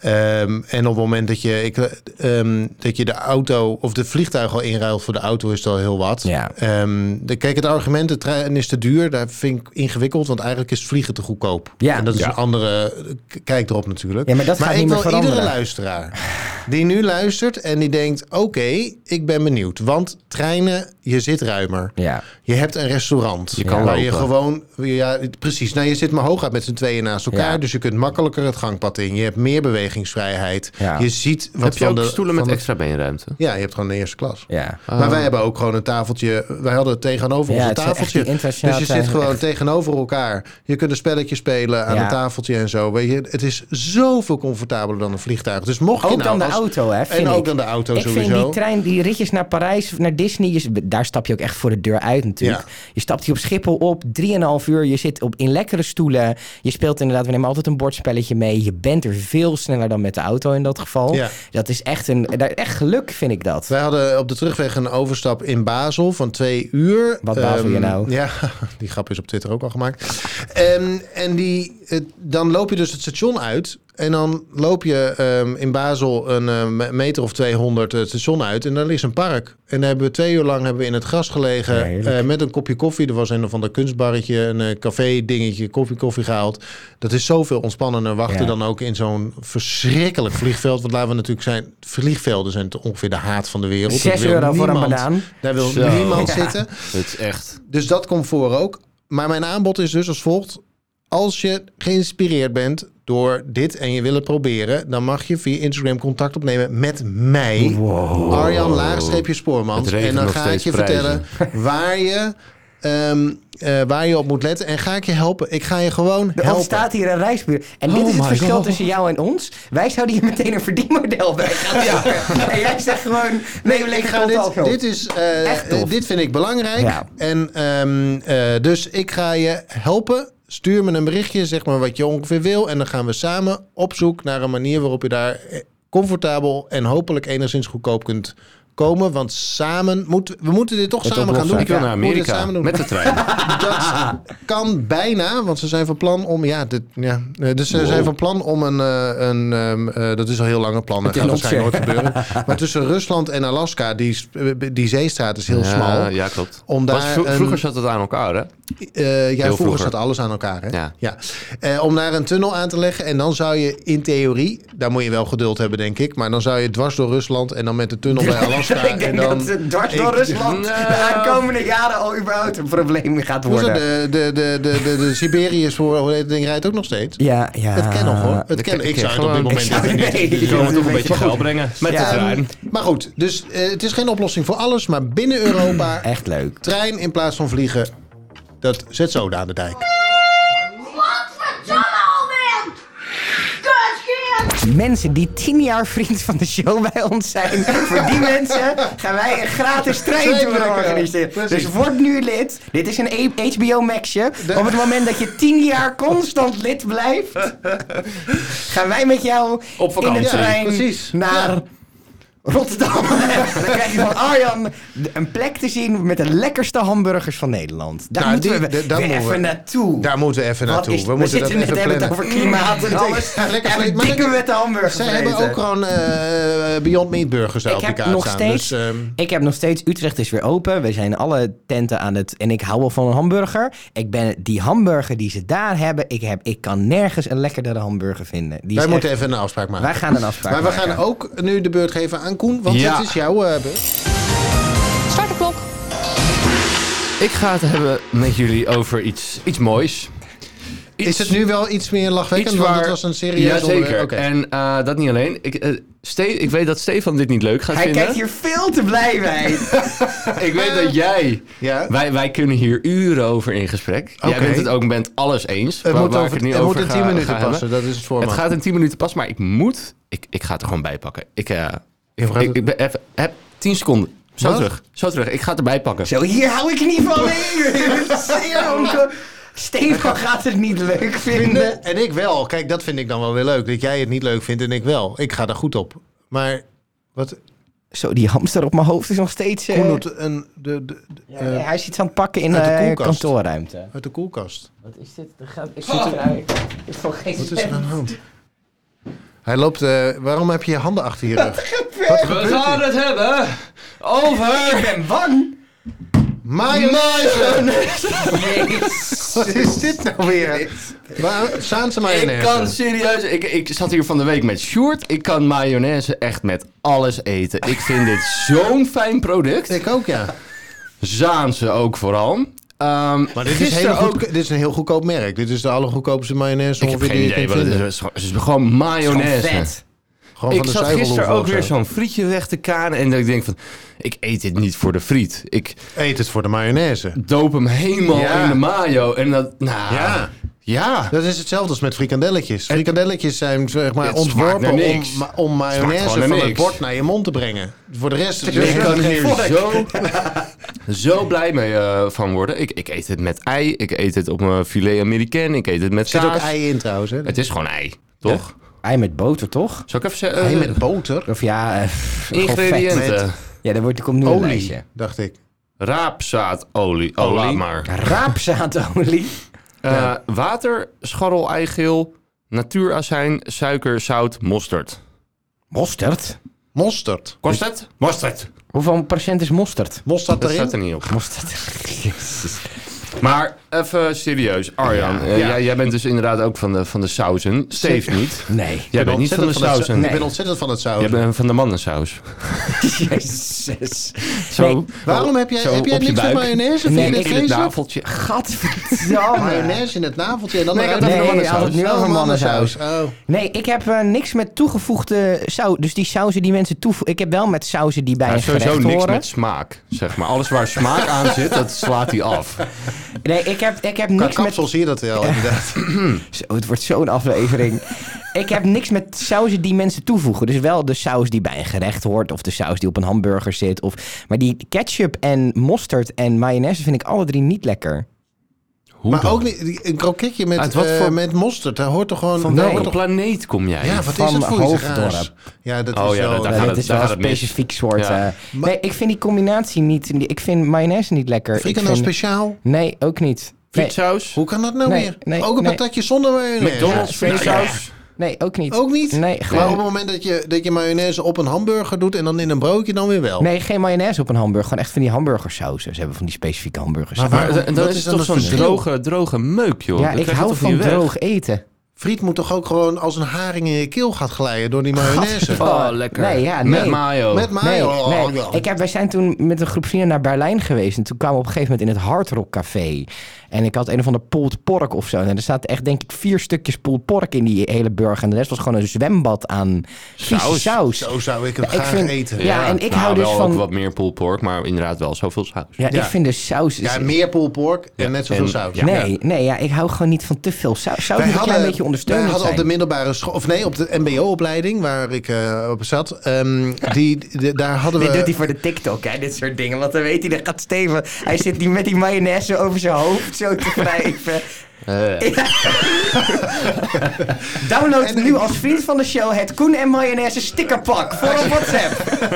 Um, en op het moment dat je, ik, um, dat je de auto of de vliegtuig al inruilt voor de auto, is het al heel wat. Ja. Um, de, kijk, het argument, de trein is te duur, daar vind ik ingewikkeld, want eigenlijk is het vliegen te goedkoop. Ja. En dat is Ja. een andere k- kijk erop natuurlijk. Ja, maar dat gaat ik niet meer wil veranderen. iedere luisteraar die nu luistert en die denkt, oké, okay, ik ben benieuwd. Want treinen, je zit ruimer. Ja. Je hebt een restaurant. Je kan waar je lopen. gewoon... Ja, precies. Nou, je zit maar hooguit met z'n tweeën naast elkaar. Ja. Dus je kunt makkelijker het gangpad in. Je hebt meer bewegingsvrijheid. Ja. Je ziet wat Heb je van ook de... stoelen met van de- extra beenruimte? Ja, je hebt gewoon de eerste klas. Ja. Maar wij hebben ook gewoon een tafeltje. Wij hadden het tegenover Ja, ons een het zijn echt tafeltje. die internationale Dus je zit treinen, gewoon echt. tegenover elkaar. Je kunt een spelletje spelen aan Ja. een tafeltje en zo. Weet je, het is zoveel comfortabeler dan een vliegtuig. Dus mocht je Ook nou dan de als- auto, hè, vind En ook ik. dan de auto Ik sowieso. vind die trein, die ritjes naar Parijs, naar Disney, je, daar stap je ook echt voor de deur uit natuurlijk. Ja. Je stapt hier op Schiphol op, drieënhalf uur, je zit op, in lekkere stoelen. Je speelt inderdaad, we nemen altijd een bordspelletje mee. Je bent er veel sneller dan met de auto in dat geval. Ja. Dat is echt een, daar- echt geluk, vind ik dat. Wij hadden op de terugweg een overstap in Basel van twee uur. Wat bazel je Ehm, nou? Ja, die grap is op Twitter ook al gemaakt. En, en die, het- dan loop je dus het station uit. En dan loop je ehm, in Basel een eh, meter of tweehonderd het station uit. En daar is een park. En daar hebben we twee uur lang hebben we in het gras gelegen. Ja, heerlijk. eh, met een kopje koffie. Er was een of ander kunstbarretje, een eh, café dingetje, koffie, koffie gehaald. Dat is zoveel ontspannender wachten Ja. dan ook in zo'n verschrikkelijk vliegveld. Want laten we natuurlijk zijn, vliegvelden zijn ongeveer de haat van de wereld. Zes Dat wil euro voor een niemand- banaan. Daar wil Zo. niemand Ja. zitten. Het is echt... Dus dat komt voor ook. Maar mijn aanbod is dus als volgt. Als je geïnspireerd bent door dit en je wil het proberen, dan mag je via Instagram contact opnemen met mij, Arjan Laagstreepje Spoormans. Het regent En dan nog ga ik steeds je prijzen. vertellen waar je, ehm, uh, waar je op moet letten. En ga ik je helpen. Ik ga je gewoon Er helpen. ontstaat hier een reisbuur. En dit Oh is het my verschil God. tussen jou en ons. Wij zouden hier meteen een verdienmodel bij gaan zoeken. En jij zegt gewoon, neem Ik lekker ga contact dit, op. dit, is, uh, Echt tof. dit vind ik belangrijk. Ja. En um, uh, dus ik ga je helpen Stuur me een berichtje, zeg maar wat je ongeveer wil. En dan gaan we samen op zoek naar een manier waarop je daar comfortabel en hopelijk enigszins goedkoop kunt komen. Want samen, moet, we moeten dit toch Het samen gaan oplossen. doen. Ik wil Ja, naar we moeten het Amerika samen doen. met de trein. Dat kan bijna, want ze zijn van plan om... Ja, dit, ja eh, dus ze Wow. zijn van plan om een... eh, een ehm, eh, dat is al heel lang een plan. Dat is gaat een waarschijnlijk nooit optie. gebeuren. Maar tussen Rusland en Alaska, die, die zeestraat is heel Ja, smal. Ja, klopt. Om Was daar vro- een- vroeger zat het aan elkaar, hè? Uh, ja, vroeger, vroeger. zat alles aan elkaar. Hè? Ja. Ja. Uh, om daar een tunnel aan te leggen. En dan zou je in theorie... Daar moet je wel geduld hebben, denk ik. Maar dan zou je dwars door Rusland... en dan met de tunnel bij Alaska... ik denk en dan, dat het dwars door ik- Rusland Nou. de aankomende jaren al überhaupt een probleem gaat Hoe is worden. het? De, de, de, de, de, de Siberiërs voor hoe heet het ding rijdt ook nog steeds. Ja, ja. Het ken nog hoor. Het de- ken, ik ik zou het op dit gewoon- moment ik zou- even niet. nee. Die Ja, komen dat toch een weet beetje je geld goed. brengen met Ja, de trein. Maar goed, dus uh, het is geen oplossing voor alles. Maar binnen Europa, Echt leuk. trein in plaats van vliegen. Dat zet zo aan de dijk. Godverdomme, Alman! Kutkind! Mensen die tien jaar vriend van de show bij ons zijn. Voor die mensen gaan wij een gratis treintour Zeker, organiseren. precies. Dus word nu lid. Dit is een H B O Maxje. De- Op het moment dat je tien jaar constant lid blijft, gaan wij met jou Op vakantie. in de trein Ja, precies. naar Ja. Rotterdam. Dan krijg je van Arjan een plek te zien met de lekkerste hamburgers van Nederland. Daar Nou, moeten die- we de- daar weer moeten we- even naartoe. Daar moeten we even Wat naartoe. is- we we moeten zitten dat net even hebben het plannen. over klimaat en alles. Ja, lekker en vlees. Maar dikke lekker- witte hamburgers Zij hebben vreten. ook gewoon eh, Beyond Meat burgers daar Ik op die heb, kaart nog staan. steeds, Dus, ehm, ik heb nog steeds... Utrecht is weer open. We zijn alle tenten aan het... En ik hou wel van een hamburger. Ik ben die hamburger die ze daar hebben... Ik, heb, ik kan nergens een lekkerdere hamburger vinden. Die wij is moeten echt- even een afspraak maken. Wij gaan een afspraak Maar we maken. gaan ook nu de beurt geven aan Koen. Want Ja. het is jouw uh, beurt. Start de klok. Ik ga het hebben met jullie over iets, iets moois. Iets, Is het nu wel iets meer lachwekkend? iets Want waar... het was een serieus Jazeker. onderwerp. Oké. En uh, dat niet alleen. Ik, uh, Ste- ik weet dat Stefan dit niet leuk gaat Hij vinden. kijkt hier veel te blij bij. Ik weet dat jij... Ja? Wij, wij kunnen hier uren over in gesprek. Jij Oké. bent het ook met alles eens. Het waar- moet, waar over, ik het nu het over moet in ga- tien minuten ga hebben. passen. Dat is het format. Het gaat in tien minuten pas, maar ik moet... Ik, ik ga het er gewoon bij pakken. Ik, uh, ik, gaat ik, het- ik ben even... Heb tien seconden. Zo Wat? terug. Zo terug. Ik ga het erbij pakken. Zo, hier hou ik niet van. Zeer onko- Stefan gaat het niet leuk vinden. Vinden, en ik wel. Kijk, dat vind ik dan wel weer leuk. Dat jij het niet leuk vindt en ik wel. Ik ga daar goed op. Maar wat... Zo, die hamster op mijn hoofd is nog steeds... eh, Koen doet een... De, de, de- ja, eh, hij is iets aan het pakken in uit de de koelkast. kantoorruimte. uit de koelkast. Wat is dit? Er gaat, ik zit eruit. Ik heb gewoon geen Wat is er aan de hand? Hij loopt... eh, waarom heb je je handen achter je rug? Wat We gebeurt gaan hier? het hebben over... Ik ben bang. Mayonaise! Jezus. Wat is dit nou weer? Waar- Zaanse Ik mayonaise. kan serieus... Ik, ik zat hier van de week met Sjoerd. Ik kan mayonaise echt met alles eten. Ik vind dit zo'n fijn product. Ik ook, ja. Zaanse ook vooral. Ehm, Maar dit is, gisteren heel goed, ook... dit is een heel goedkoop merk. Dit is de allergoedkoopste mayonaise Ik heb ongeveer geen die je idee kunt wat het vinden. is. Het is gewoon mayonaise. Gewoon vet. Gewoon Ik van de zat gisteren zuivelhoeven ook of weer zo. zo'n frietje weg te kanen. En dat ik denk van... Ik eet dit niet voor de friet. Ik Eet het voor de mayonaise. doop hem helemaal Ja. in de mayo. En dat... Nou... Ja. Ja. Dat is hetzelfde als met frikandelletjes. Frikandelletjes zijn zeg maar Het smaakt ontworpen naar om, niks. ma- om mayonaise gewoon naar van het niks. bord naar je mond te brengen. Voor de rest... Dus ik kan hier Volk. zo, zo blij mee eh, van worden. Ik, ik eet het met ei. Ik eet het op mijn filet américain. Ik eet het met Er zit ook kaas. ei in trouwens. Hè? Het is gewoon ei, toch? Ei met boter, toch? Zal ik even zeggen? Ei eh, met boter. Of ja, eh, gewoon vet. ingrediënten. Ja, daar wordt, er komt nu een Olie, lijstje. dacht ik. Raapzaadolie. Oh, Olie. laat maar. Raapzaadolie. Eh, water, scharrel, eigeel, natuurazijn, suiker, zout, mosterd. Mosterd? Mosterd. Kost het? Mosterd. Hoeveel procent is mosterd? Mosterd Dat erin. staat er niet op. Mosterd. Jezus. Maar even serieus, Arjan. Ja. eh, Ja. Jij, jij bent dus inderdaad ook van de, van de sauzen. Steve niet. Nee. Jij bent niet van de Ontzettend sauzen. Ik Nee. ben ontzettend van het Jij sausen. bent van de mannensaus. Jezus. Zo, Nee. Waarom heb jij, zo heb jij op je niks met buik. mayonaise? Vind Nee, je dit ik- in het vreselijk? naveltje. Gadverdamme. Mayonaise in het naveltje en dan Nee, ik eruit. had het over Nee, de hij had het nu Oh, over mannensaus. Oh. Nee, ik heb eh, niks met toegevoegde saus. Dus die sauzen die mensen toevoegen. Ik heb wel met sauzen die bij Ja, een sowieso gerecht niks horen. met smaak, zeg maar. Alles waar smaak aan zit, dat slaat hij af. Nee, ik heb, ik heb Qua niks met... kapsel zie je dat wel, inderdaad. Zo, het wordt zo'n aflevering. Ik heb niks met sauzen die mensen toevoegen. Dus wel de saus die bij een gerecht hoort. Of de saus die op een hamburger zit. Of... Maar die ketchup en mosterd en mayonaise vind ik alle drie niet lekker. Hoe maar dan? ook niet, die- een kroketje met, Uit wat uh, voor- met mosterd. Daar hoort toch gewoon... Van daar welke hoort toch- planeet kom jij? Ja, wat Van is het voor iets Hoofddorp. raars? Ja, dat Oh is ja, wel... dat- daar Nee, gaat dit het- is wel daar een gaat het mis. specifiek soort. Ja. eh, nee, ik vind die combinatie niet... Ik vind mayonaise niet lekker. Ik Frikandel vind, speciaal? Nee, ook niet. Nee, Frietsaus? Hoe kan dat nou Nee, weer? nee, ook een nee. patatje zonder mayonaise? McDonald's Ja, frietsaus? nee, ook niet. Ook niet? Nee, Maar gewoon... op het moment dat je, dat je mayonaise op een hamburger doet en dan in een broodje, dan weer wel. Nee, geen mayonaise op een hamburger. Gewoon echt van die hamburgersausen. Ze hebben van die specifieke hamburgers. Maar Maar waarom- dan wat is is het dan toch het zo'n verschil? droge, droge meuk, joh. ja, Dat ik krijg je hou toch van niet weg? droog eten. Friet moet toch ook gewoon als een haring in je keel gaat glijden door die mayonaise? Oh, lekker. Nee, ja, Met nee. mayo. Met Nee, mayo. Oh, nee. ja. Ik heb, wij zijn toen met een groep vrienden naar Berlijn geweest. En toen kwamen we op een gegeven moment in het Hard Rock Café. En ik had een of ander pulled pork of zo. En er zaten echt, denk ik, vier stukjes pulled pork in die hele burger. En de rest was gewoon een zwembad aan vieze Saus. saus. Zo zou ik het Ja, ik graag vind- eten. Ja, en ik nou, hou dus wel van- ook wat meer pulled pork, maar inderdaad wel zoveel saus. Ja, Ja. ik vind de saus... Ja, meer pulled pork Ja, en net zoveel en- saus. ja. Nee, nee ja, ik hou gewoon niet van te veel saus. Saus Wij moet een klein beetje wij ondersteunend hadden op zijn. de middelbare school, of nee, op de M B O-opleiding waar ik uh, op zat, um, die, de, daar hadden we... Dit doet hij voor de TikTok, hè, dit soort dingen. Want dan weet hij, dat gaat Steven... Hij zit die met die mayonaise over zijn hoofd zo te wrijven. Eh, Download En- nu als vriend van de show het Koen en Mayonaise stickerpak voor op WhatsApp.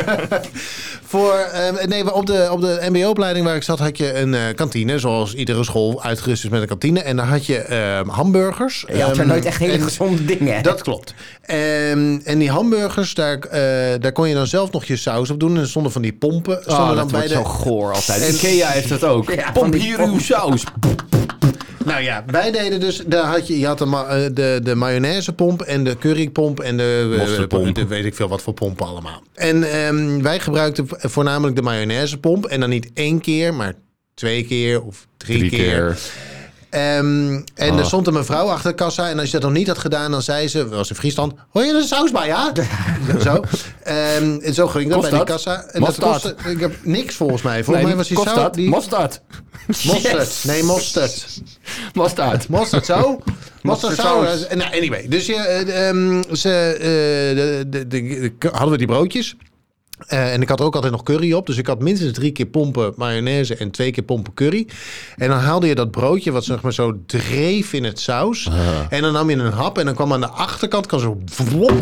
Voor, um, nee, op de, op de M B O-opleiding waar ik zat had je een uh, kantine, zoals iedere school uitgerust is met een kantine. En daar had je um, hamburgers. Je had er um, nooit echt hele en- gezonde dingen. Dat klopt. Um, en die hamburgers, daar, uh, daar kon je dan zelf nog je saus op doen. En er stonden van die pompen. oh, Stonden dat dan bij wordt de... zo goor altijd. En- Ikea heeft dat ook. Ja, van Pomp die hier pomp. uw saus. Nou ja, wij deden dus, daar had je, je had de, ma- eh, de, de mayonaisepomp en de currypomp en de, eh, Mosterdpomp. de weet ik veel wat voor pompen allemaal. En ehm, wij gebruikten v- voornamelijk de mayonaisepomp en dan niet één keer, maar twee keer of drie, Drie keer. keer. Ehm, en Oh. er stond een mevrouw achter de kassa en als je dat nog niet had gedaan, dan zei ze, was in Friesland, hoor je er saus bij, ja? zo. Ehm, en zo ging dat Kost bij die dat? kassa. En Mosterd? dat kostte, ik heb niks volgens mij. Volgens mij was die kost saus, dat? die Mosterd. mosterd. Nee, mosterd. Mosterd. Mosterd zo? Mosterd zo? Mosterdsaus. Nou, anyway. Dus je, eh, um, ze, eh, de, de, de, de- hadden we die broodjes. Uh, en ik had ook altijd nog curry op. Dus ik had minstens drie keer pompen mayonaise en twee keer pompen curry. En dan haalde je dat broodje wat zeg maar zo dreef in het saus. En dan nam je een hap en dan kwam aan de achterkant kwam zo... Vlop,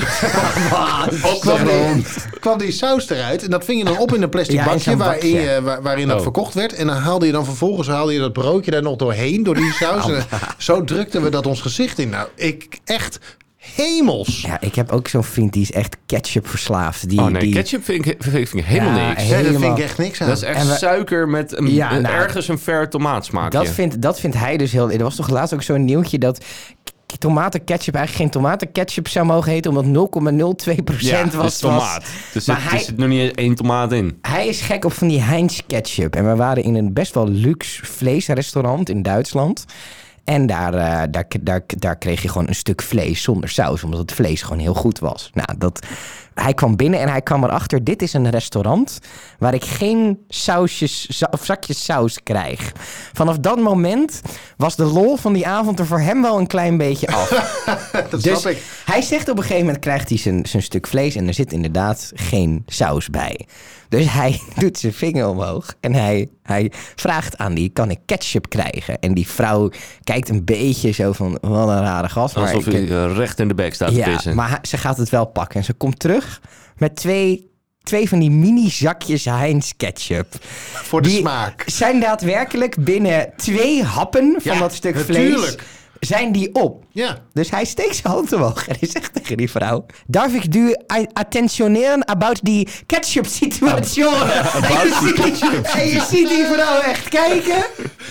kwam, die, kwam die saus eruit. En dat ving je dan op in een plastic Ja, in bakje, zo'n waarin, bakje. je, waar- waarin dat Oh. verkocht werd. En dan haalde je dan vervolgens haalde je dat broodje daar nog doorheen, door die saus. En zo drukten we dat ons gezicht in. Nou, ik echt... Hemels. Ja, ik heb ook zo'n vriend die is echt ketchup verslaafd. Die, Oh nee, die... ketchup vind ik, vind ik, vind ik helemaal Ja, niks. he- Nee, daar vind helemaal. ik echt niks aan. Dat is echt En we- suiker met een, Ja, een- nou, ergens een ver tomaatsmaakje. Dat vindt, dat vindt hij dus heel... Er was toch laatst ook zo'n nieuwtje dat k- tomatenketchup eigenlijk geen tomatenketchup zou mogen heten, omdat nul komma nul twee ja, procent dat was. is tomaat. was- Dus Maar er, hij- er zit nog niet eens één tomaat in. Hij is gek op van die Heinz ketchup. En we waren in een best wel luxe vleesrestaurant in Duitsland. En daar, uh, daar, daar, daar kreeg je gewoon een stuk vlees zonder saus. Omdat het vlees gewoon heel goed was. Nou, dat, hij kwam binnen en hij kwam erachter. Dit is een restaurant waar ik geen sausjes za- of zakjes saus krijg. Vanaf dat moment was de lol van die avond er voor hem wel een klein beetje af. Dat Dus snap ik. hij zegt op een gegeven moment krijgt hij zijn, zijn stuk vlees en er zit inderdaad geen saus bij. Dus hij doet zijn vinger omhoog en hij, hij vraagt aan die, kan ik ketchup krijgen? En die vrouw kijkt een beetje zo van, wat een rare gast. Maar Alsof ik- hij uh, recht in de bek staat te ja, pissen. maar hij- ze gaat het wel pakken. En ze komt terug met twee, twee van die mini zakjes Heinz ketchup. Voor de Die smaak. zijn daadwerkelijk binnen twee happen van Ja, dat stuk vlees, natuurlijk. zijn die op. Ja. Dus hij steekt zijn hand omhoog en hij zegt tegen die vrouw: Darf ik u a- attentioneren about die ketchup situatie? En je ziet- en je ziet die vrouw echt kijken.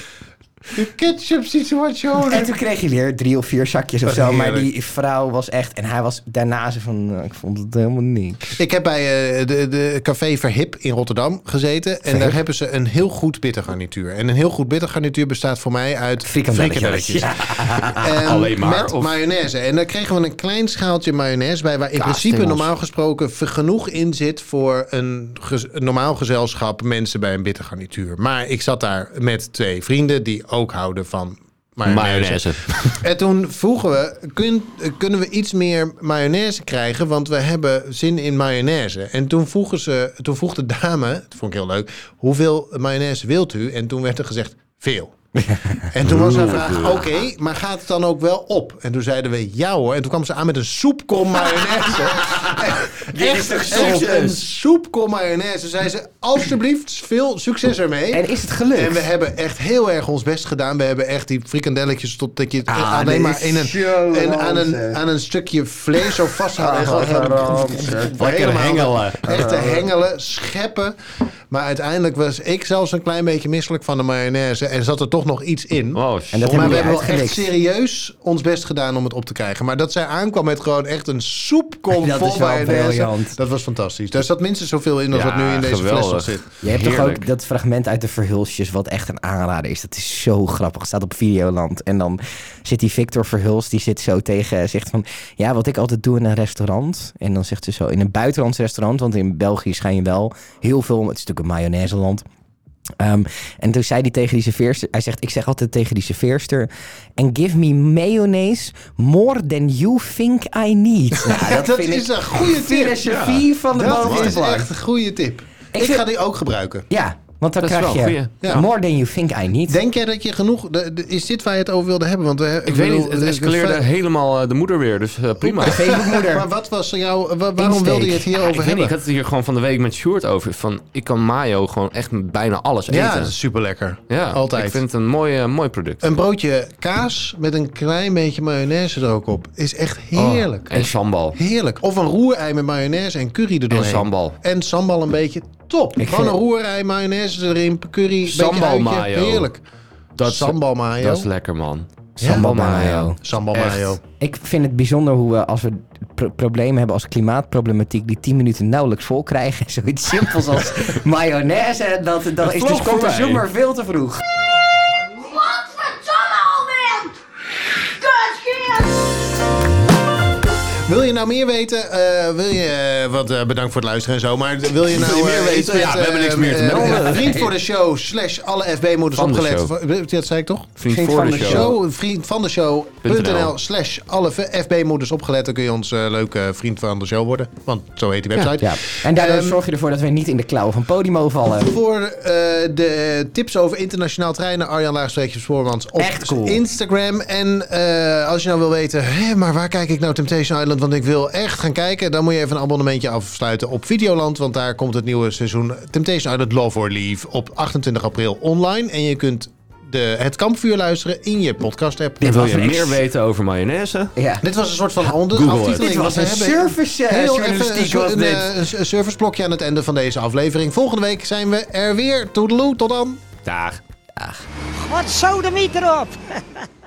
De ketchup situatie. En toen kreeg hij weer drie of vier zakjes of Wat zo. Maar heerlijk. die vrouw was echt... En hij was daarna zo van... nou, ik vond het helemaal niks. Ik heb bij uh, de, de café Verhip in Rotterdam gezeten. En Verhip? daar hebben ze een heel goed bittergarnituur. En een heel goed bittergarnituur bestaat voor mij uit Frikandelletjes. frikandelletjes. En Alleen maar, met of- mayonaise. En daar kregen we een klein schaaltje mayonaise bij... waar in principe Kaasstengels. normaal gesproken v- genoeg in zit... voor een, gez- een normaal gezelschap mensen bij een bittergarnituur. Maar ik zat daar met twee vrienden... die ook houden van mayonaise. Mayonaise. En toen vroegen we, kun, kunnen we iets meer mayonaise krijgen? Want we hebben zin in mayonaise. En toen, vroegen ze, toen vroeg de dame, dat vond ik heel leuk... hoeveel mayonaise wilt u? En toen werd er gezegd, veel. En toen was haar vraag, oké, okay, maar gaat het dan ook wel op? En toen zeiden we, ja hoor. En toen kwam ze aan met een soepkom mayonaise. echt, echt een soepkom mayonaise. Zei ze, alsjeblieft, veel succes ermee. En is het gelukt? En we hebben echt heel erg ons best gedaan. We hebben echt die frikandelletjes tot dat je het Ah, alleen maar dit in is een, zo en aan, een, ranzig. aan een stukje vlees zo vasthouden. En gewoon helemaal- Lekker helemaal hengelen. Echt te hengelen, scheppen. Maar uiteindelijk was ik zelfs een klein beetje misselijk van de mayonaise. En zat er toch nog iets in. Oh, En dat shit. hebben Maar we we hebben wel echt uitgelikt. serieus ons best gedaan om het op te krijgen. Maar dat zij aankwam met gewoon echt een soepkom Dat vol is wel mayonaise. briljant. Dat was fantastisch. Daar zat minstens zoveel in als Ja, wat nu in deze fles nog geweldig. zit. Je hebt toch Heerlijk. ook dat fragment uit de Verhulsjes, wat echt een aanrader is. Dat is zo grappig. Het staat op Videoland. En dan zit die Victor Verhulst, die zit zo tegen, zegt van, ja, wat ik altijd doe in een restaurant. En dan zegt ze zo, in een buitenlands restaurant, want in België schijn je wel heel veel, het is natuurlijk een mayonaise-land. Um, en toen zei hij tegen die serveerster, hij zegt, ik zeg altijd tegen die serveerster, and give me mayonnaise more than you think I need. Nou, dat Dat vind is ik een goede tip. filosofie van de Dat bovenste is plank. echt een goede tip. Ik, vind- ga die ook gebruiken. Ja, want dan Dat is krijg wel je een goeie. Ja. more than you think I need. Denk jij dat je genoeg... de- de- is dit waar je het over wilde hebben? Want we, Ik weet niet, het escaleerde helemaal uh, de moeder weer, dus uh, prima. Facebookmoeder. Maar wat was jouw... wa- waarom Insteek. wilde je het Ja, ik hierover weet hebben? niet, ik had het hier gewoon van de week met Sjoerd over. Van, ik kan mayo gewoon echt met bijna alles eten. Ja, dat is super lekker. Ja, altijd. ik vind het een mooi, uh, mooi product. Een broodje kaas met een klein beetje mayonaise er ook op. Is echt heerlijk. Oh, en sambal. Heerlijk. Of een roerei met mayonaise en curry erdoorheen. En sambal. En sambal een beetje. Top. Ik Gewoon vind- een roerei, mayonaise erin, curry, Sambal beetje uitje. mayo. Heerlijk. Dat Sambal mayo. Dat is lekker, man. Sambal mayo. Sambal Echt. mayo. Ik vind het bijzonder hoe we, als we pro- problemen hebben als klimaatproblematiek, die tien minuten nauwelijks vol krijgen. Zoiets simpels als mayonaise. En dat, dat is dus vloog komt de voorbij. zomer veel te vroeg. Godverdomme, Alwin! Kutskind! Wil je nou meer weten? Eh, wil je, uh, wat uh, bedankt voor het luisteren en zo. Maar wil je nou Wil je meer uh, weten? iets met, Ja, we hebben niks meer te uh, melden. uh, vriend voor de show slash alle F B-moeders Van de opgelet. Dat zei ik toch? Vriend, Vriend voor van de de show. Show, vriend van de show.nl .nl slash alle F B-moeders opgelet. Dan kun je ons uh, leuke vriend van de show worden. Want zo heet die website. Ja. En daardoor Ehm, zorg je ervoor dat we niet in de klauwen van Podimo vallen. Voor uh, de tips over internationaal treinen, Arjan Laagstreekje Spoormans op Echt cool. Instagram. En uh, als je nou wil weten, hé, maar waar kijk ik nou Temptation Island? Want ik wil echt gaan kijken. Dan moet je even een abonnementje afsluiten op Videoland. Want daar komt het nieuwe seizoen Temptation Island Love or Leave op achtentwintig april online. En je kunt de, het kampvuur luisteren in je podcast app. En wil je was meer ex- weten over mayonaise? Ja. Dit was een soort van onder Google het. aftiteling. Dit was want een we hebben service, eh, heel journalistiek even was een, dit. een, een serviceblokje aan het einde van deze aflevering. Volgende week zijn we er weer. Toedeloe, tot dan. Dag. Wat sodemiet erop!